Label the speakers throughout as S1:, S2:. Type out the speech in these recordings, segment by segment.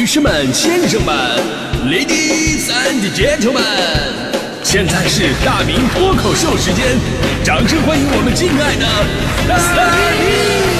S1: 女士们、先生们 ，Ladies and Gentlemen， 现在是大明脱口秀时间，掌声欢迎我们敬爱的大明！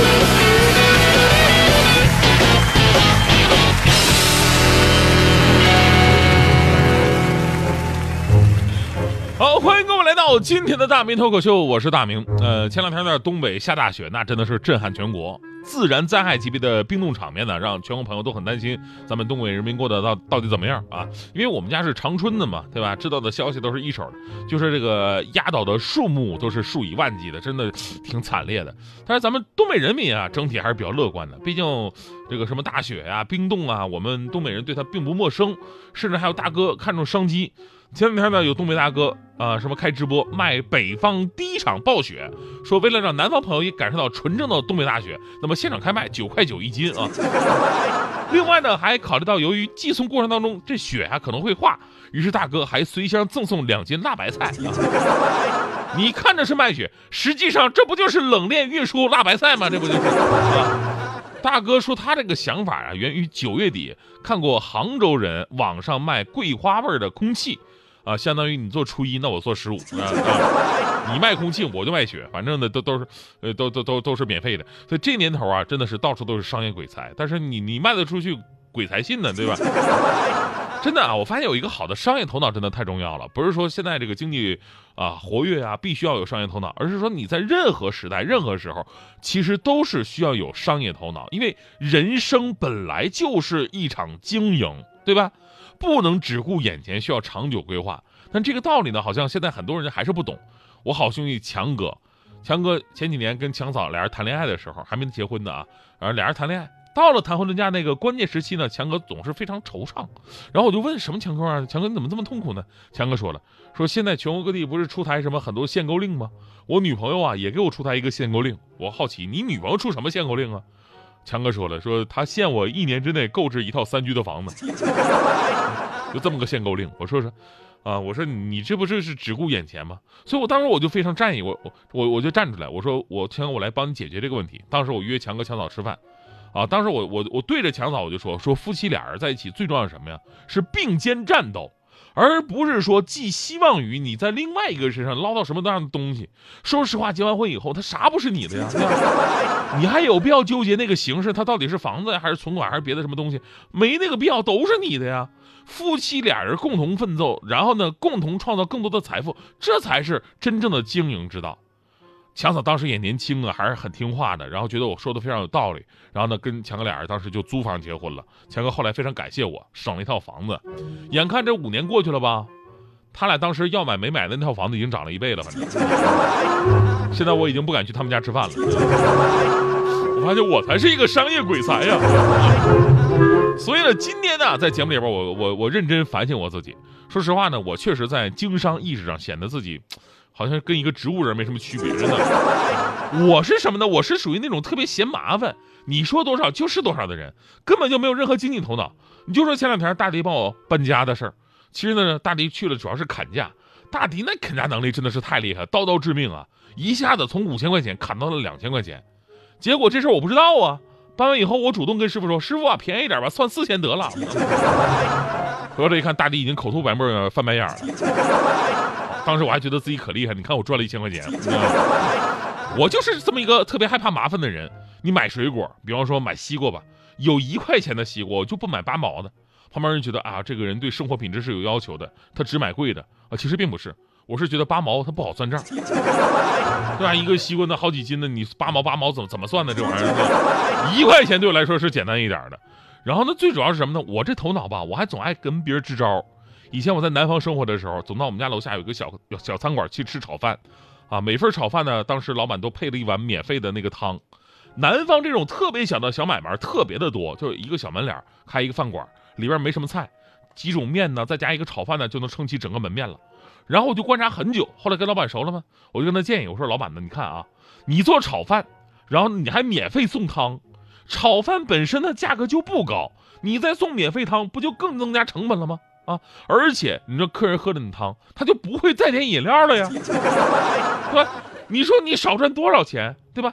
S2: 好，欢迎各位来到今天的大明脱口秀，我是大明。前两天在东北下大雪，那真的是震撼全国。自然灾害级别的冰冻场面呢，让全国朋友都很担心咱们东北人民过得到底怎么样啊？因为我们家是长春的嘛，对吧？知道的消息都是一手的，就是这个压倒的数目都是数以万计的，真的挺惨烈的。但是咱们东北人民啊，整体还是比较乐观的，毕竟这个什么大雪啊、冰冻啊，我们东北人对它并不陌生，甚至还有大哥看中商机。前两天呢，有东北大哥什么开直播卖北方第一场暴雪，说为了让南方朋友也感受到纯正的东北大雪，那么现场开卖9.9块一斤啊。另外呢，还考虑到由于寄送过程当中这雪可能会化，于是大哥还随箱赠送2斤辣白菜啊。你看着是卖雪，实际上这不就是冷链运输辣白菜吗？这不就是啊？大哥说他这个想法源于9月底看过杭州人网上卖桂花味的空气。相当于你做初一，那我做15你卖空气，我就卖雪，反正呢都是免费的。所以这年头啊，真的是到处都是商业鬼才，但是你卖得出去鬼才信呢，对吧？真的啊，我发现有一个好的商业头脑真的太重要了。不是说现在这个经济活跃啊，必须要有商业头脑，而是说你在任何时代、任何时候，其实都是需要有商业头脑，因为人生本来就是一场经营，对吧？不能只顾眼前，需要长久规划。但这个道理呢，好像现在很多人还是不懂。我好兄弟强哥前几年跟强嫂俩人谈恋爱的时候，还没结婚呢啊，然后俩人谈恋爱，到了谈婚论嫁那个关键时期呢，强哥总是非常惆怅。然后我就问什么强哥啊，强哥你怎么这么痛苦呢？强哥说现在全国各地不是出台什么很多限购令吗？我女朋友啊也给我出台一个限购令。我好奇你女朋友出什么限购令啊？强哥说他限我1年之内购置一套3居的房子。就这么个限购令，我说我说你这不是只顾眼前吗？所以我当时我就非常战役，我就站出来，我说强哥我来帮你解决这个问题。当时我约强哥强嫂吃饭，当时我对着强嫂我就说夫妻俩人在一起最重要是什么呀？是并肩战斗，而不是说寄希望于你在另外一个身上捞到什么样的东西。说实话，结完婚以后他啥不是你的呀？你还有必要纠结那个形式，它到底是房子呀，还是存款，还是别的什么东西？没那个必要，都是你的呀。夫妻俩人共同奋斗，然后呢，共同创造更多的财富，这才是真正的经营之道。强嫂当时也年轻啊，还是很听话的，然后觉得我说的非常有道理，然后呢，跟强哥俩人当时就租房结婚了。强哥后来非常感谢我，省了一套房子。眼看这5年过去了吧，他俩当时要买没买的那套房子已经涨了1倍了，反正现在我已经不敢去他们家吃饭了。我发现我才是一个商业鬼才呀。所以呢，今天呢，在节目里边我认真反省我自己。说实话呢，我确实在经商意识上显得自己好像跟一个植物人没什么区别真的。我是什么呢？我是属于那种特别嫌麻烦，你说多少就是多少的人，根本就没有任何经济头脑。你就说前2天大迪帮我搬家的事儿，其实呢，大迪去了主要是砍价。大迪那砍价能力真的是太厉害，刀刀致命啊，一下子从5000块钱砍到了2000块钱。结果这事儿我不知道啊，搬完以后我主动跟师傅说，师傅啊，便宜点吧，算4000得了。回头这一看，大迪已经口吐白沫翻白眼了。当时我还觉得自己可厉害，你看我赚了1000块钱。我就是这么一个特别害怕麻烦的人。你买水果，比方说买西瓜吧，有1块钱的西瓜我就不买8毛的。旁边人觉得这个人对生活品质是有要求的，他只买贵的其实并不是，我是觉得8毛它不好算账，对吧？一个西瓜那好几斤的，你8毛怎么算呢？这玩意儿1块钱对我来说是简单一点的。然后呢，最主要是什么呢？我这头脑吧，我还总爱跟别人支招。以前我在南方生活的时候，总到我们家楼下有一个小餐馆去吃炒饭，每份炒饭呢，当时老板都配了一碗免费的那个汤。南方这种特别小的小买卖特别的多，就是一个小门脸开一个饭馆，里边没什么菜，几种面呢，再加一个炒饭呢，就能撑起整个门面了。然后我就观察很久，后来跟老板熟了吗？我就跟他建议，我说老板呢，你看你做炒饭，然后你还免费送汤，炒饭本身的价格就不高，你再送免费汤，不就更增加成本了吗？而且你说客人喝了你汤，他就不会再点饮料了呀，对吧？你说你少赚多少钱，对吧？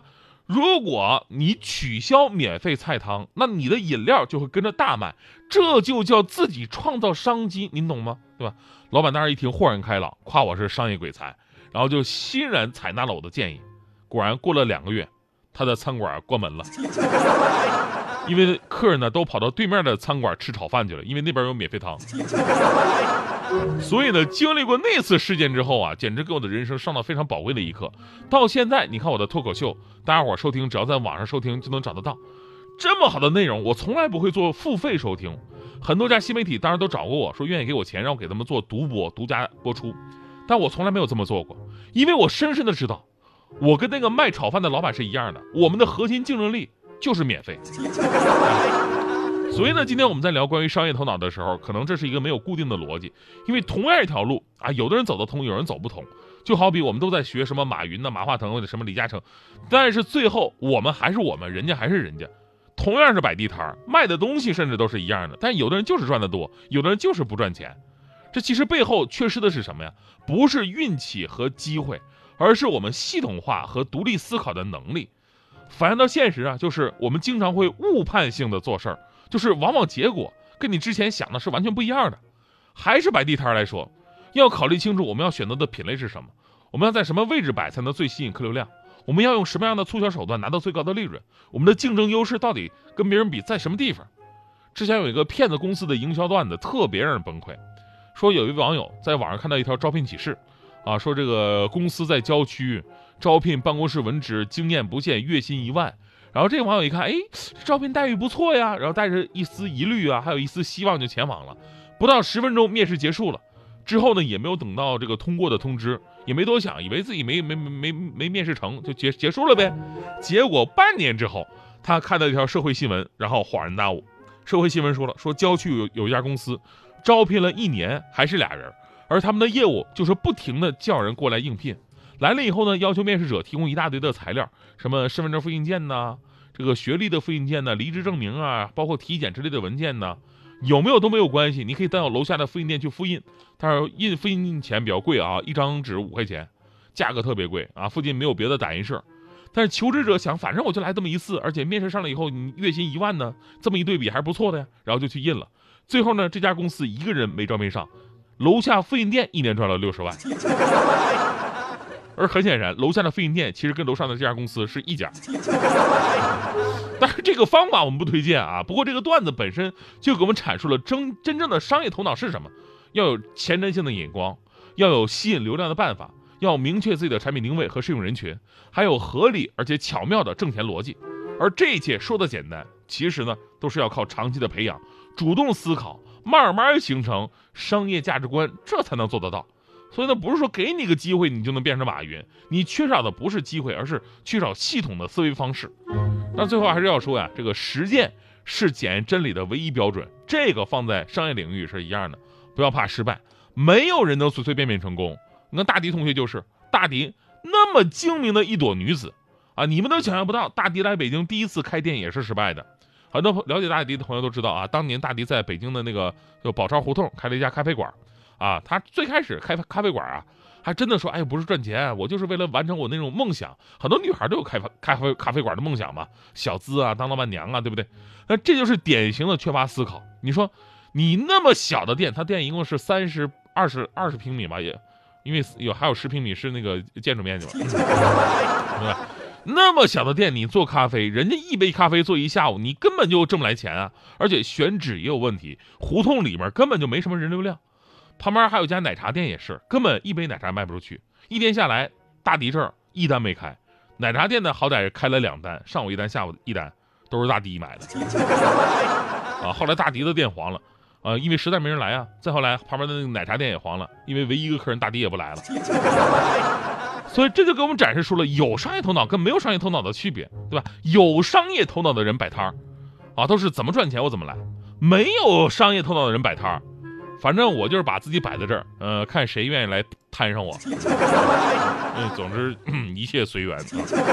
S2: 如果你取消免费菜汤，那你的饮料就会跟着大卖，这就叫自己创造商机，您懂吗？对吧？老板当时一听豁然开朗，夸我是商业鬼才，然后就欣然采纳了我的建议。果然过了2个月，他的餐馆关门了，因为客人呢都跑到对面的餐馆吃炒饭去了，因为那边有免费汤。所以呢，经历过那次事件之后啊，简直给我的人生上了非常宝贵的一课。到现在，你看我的脱口秀，大家伙收听，只要在网上收听就能找得到。这么好的内容，我从来不会做付费收听。很多家新媒体当然都找过我说愿意给我钱，让我给他们做独播、独家播出，但我从来没有这么做过，因为我深深的知道，我跟那个卖炒饭的老板是一样的，我们的核心竞争力就是免费。所以呢，今天我们在聊关于商业头脑的时候，可能这是一个没有固定的逻辑，因为同样一条路啊，有的人走得通，有人走不通。就好比我们都在学什么马云的、马化腾或者什么李嘉诚，但是最后我们还是我们，人家还是人家。同样是摆地摊，卖的东西甚至都是一样的，但有的人就是赚得多，有的人就是不赚钱。这其实背后缺失的是什么呀？不是运气和机会，而是我们系统化和独立思考的能力。反映到现实啊，就是我们经常会误判性的做事儿，就是往往结果跟你之前想的是完全不一样的。还是摆地摊来说，要考虑清楚我们要选择的品类是什么，我们要在什么位置摆才能最吸引客流量，我们要用什么样的促销手段拿到最高的利润，我们的竞争优势到底跟别人比在什么地方。之前有一个骗子公司的营销段子特别让人崩溃，说有一位网友在网上看到一条招聘启事啊，说这个公司在郊区招聘办公室文职，经验不限，月薪1万。然后这个网友一看，哎，招聘待遇不错呀，然后带着一丝疑虑啊，还有一丝希望就前往了。不到10分钟，面试结束了。之后呢，也没有等到这个通过的通知，也没多想，以为自己没面试成就结束了呗。结果半年之后，他看到一条社会新闻，然后恍然大悟。社会新闻说了，说郊区有一家公司招聘了1年，还是俩人，而他们的业务就是不停的叫人过来应聘。来了以后呢，要求面试者提供一大堆的材料，什么身份证复印件呐，这个学历的复印件呐，离职证明啊，包括体检之类的文件呐，有没有都没有关系，你可以到楼下的复印店去复印，但是复印钱比较贵啊，一张纸5块钱，价格特别贵啊，附近没有别的打印社。但是求职者想，反正我就来这么一次，而且面试上了以后，你月薪1万呢，这么一对比还是不错的呀，然后就去印了。最后呢，这家公司一个人没招没上，楼下复印店1年赚了60万。而很显然，楼下的复印店其实跟楼上的这家公司是一家。但是这个方法我们不推荐啊。不过这个段子本身就给我们阐述了真正的商业头脑是什么：要有前瞻性的眼光，要有吸引流量的办法，要明确自己的产品定位和适用人群，还有合理而且巧妙的挣钱逻辑。而这一切说的简单，其实呢都是要靠长期的培养，主动思考，慢慢形成商业价值观，这才能做得到。所以呢，不是说给你个机会你就能变成马云，你缺少的不是机会，而是缺少系统的思维方式。那最后还是要说呀，这个实践是检验真理的唯一标准，这个放在商业领域是一样的。不要怕失败，没有人能随随便便成功。你看大迪同学就是，大迪那么精明的一朵女子啊，你们都想象不到，大迪来北京第一次开店也是失败的。很多了解大迪的朋友都知道啊，当年大迪在北京的那个就宝钞胡同开了一家咖啡馆。啊，他最开始开咖啡馆啊，还真的说，哎，不是赚钱，我就是为了完成我那种梦想。很多女孩都有开咖啡馆的梦想嘛，小资啊，当老板娘啊，对不对？那这就是典型的缺乏思考。你说，你那么小的店，他店一共是20平米吧，也因为还有10平米是那个建筑面积嘛，对吧？那么小的店，你做咖啡，人家一杯咖啡做一下午，你根本就挣不来钱啊，而且选址也有问题，胡同里面根本就没什么人流量。旁边还有家奶茶店也是，根本一杯奶茶卖不出去。一天下来，大迪这儿1单没开，奶茶店呢好歹开了2单，上午1单，下午1单，都是大迪买的。啊，后来大迪的店黄了，因为实在没人来啊。再后来旁边的那个奶茶店也黄了，因为唯一一个客人大迪也不来了。所以这就给我们展示出了有商业头脑跟没有商业头脑的区别，对吧？有商业头脑的人摆摊儿，啊，都是怎么赚钱我怎么来；没有商业头脑的人摆摊儿，反正我就是把自己摆在这儿，看谁愿意来摊上我。总之，一切随缘。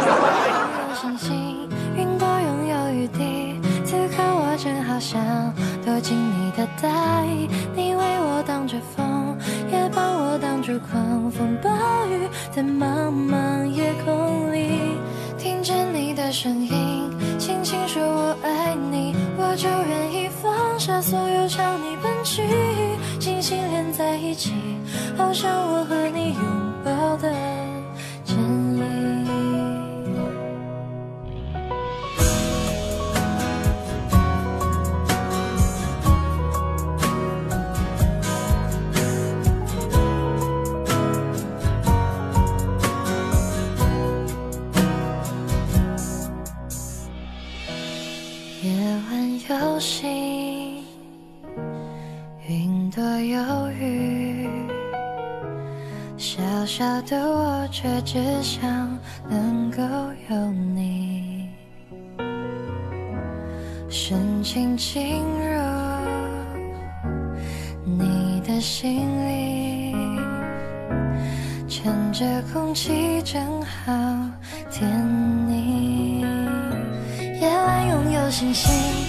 S2: 云朵拥有雨滴，此刻我正好想躲进你的带，你为我挡着风，也帮我挡住狂风暴雨，在茫茫夜空里，听见你的
S3: 的声音，轻轻说我爱你，我就愿意放下所有朝你奔去，心心连在一起，好像我和你拥抱的真意。夜晚有星，云朵有雨，小小的我却只想能够有你，深情侵入你的心里，趁着空气正好甜腻。夜晚拥有星星，